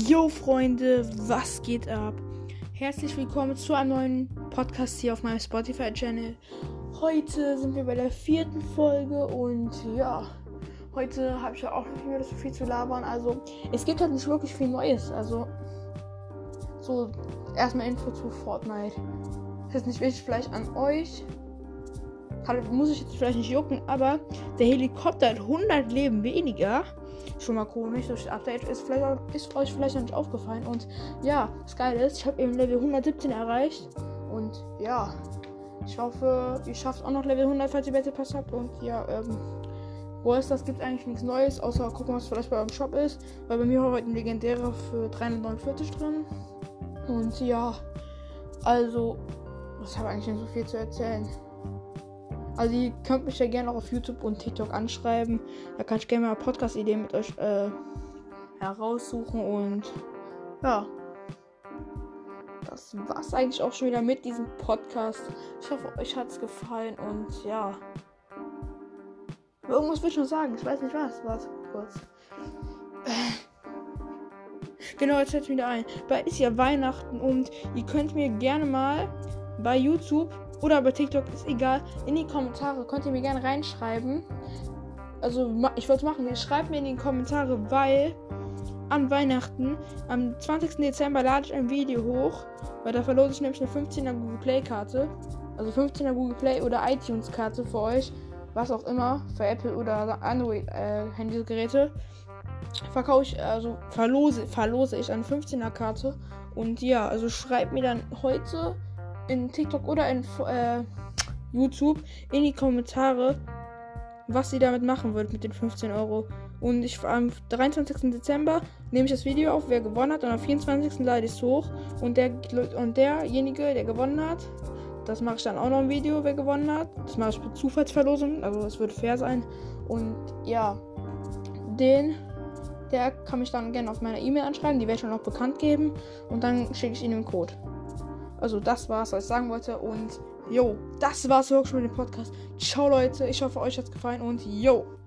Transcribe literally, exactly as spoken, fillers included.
Yo Freunde, was geht ab? Herzlich willkommen zu einem neuen Podcast hier auf meinem Spotify-Channel. Heute sind wir bei der vierten Folge und ja, heute habe ich ja auch nicht mehr so viel zu labern. Also es gibt halt nicht wirklich viel Neues. Also so erstmal Info zu Fortnite. Das ist nicht wichtig vielleicht an euch. Kann, muss ich jetzt vielleicht nicht jucken, aber der Helikopter hat hundert Leben weniger. Schon mal komisch, durch das Update ist, vielleicht auch, ist euch vielleicht noch nicht aufgefallen. Und ja, das Geile ist, ich habe eben Level hundertsiebzehn erreicht. Und ja, ich hoffe, ihr schafft auch noch Level hundert, falls ihr Battle Pass habt. Und ja, ähm, wo ist das? Gibt eigentlich nichts Neues, außer gucken, was vielleicht bei eurem Shop ist. Weil bei mir war heute ein legendärer für dreihundertneunundvierzig drin. Und ja, also, ich habe eigentlich nicht so viel zu erzählen. Also ihr könnt mich ja gerne auch auf YouTube und TikTok anschreiben. Da kann ich gerne mal Podcast-Ideen mit euch äh, heraussuchen. Und ja, das war's eigentlich auch schon wieder mit diesem Podcast. Ich hoffe, euch hat's gefallen. Und ja, irgendwas will ich noch sagen. Ich weiß nicht was. Warte kurz. Genau, jetzt fällt mir wieder ein. Bald ist ja Weihnachten und ihr könnt mir gerne mal bei YouTube oder bei TikTok, ist egal, in die Kommentare könnt ihr mir gerne reinschreiben. Also, ich wollte es machen. Schreibt mir in die Kommentare, weil an Weihnachten, am zwanzigsten Dezember, lade ich ein Video hoch, weil da verlose ich nämlich eine fünfzehner Google Play Karte. Also fünfzehner Google Play oder iTunes Karte für euch, was auch immer, für Apple oder Android äh, Handygeräte. Verkaufe ich, also verlose, verlose ich eine fünfzehner Karte. Und ja, also schreibt mir dann heute in TikTok oder in äh, YouTube in die Kommentare, was ihr damit machen wollt mit den fünfzehn Euro. Und ich am dreiundzwanzigsten Dezember nehme ich das Video auf, wer gewonnen hat, und am vierundzwanzigsten lade ich es hoch. Und der und derjenige, der gewonnen hat, das mache ich dann auch noch ein Video, wer gewonnen hat. Das mache ich mit Zufallsverlosung, also das würde fair sein. Und ja, den, der kann mich dann gerne auf meiner E-Mail anschreiben, die werde ich dann auch bekannt geben. Und dann schicke ich ihm den Code. Also das war's, was ich sagen wollte. Und jo, das war's wirklich mit dem Podcast. Ciao Leute, ich hoffe euch hat's gefallen und jo.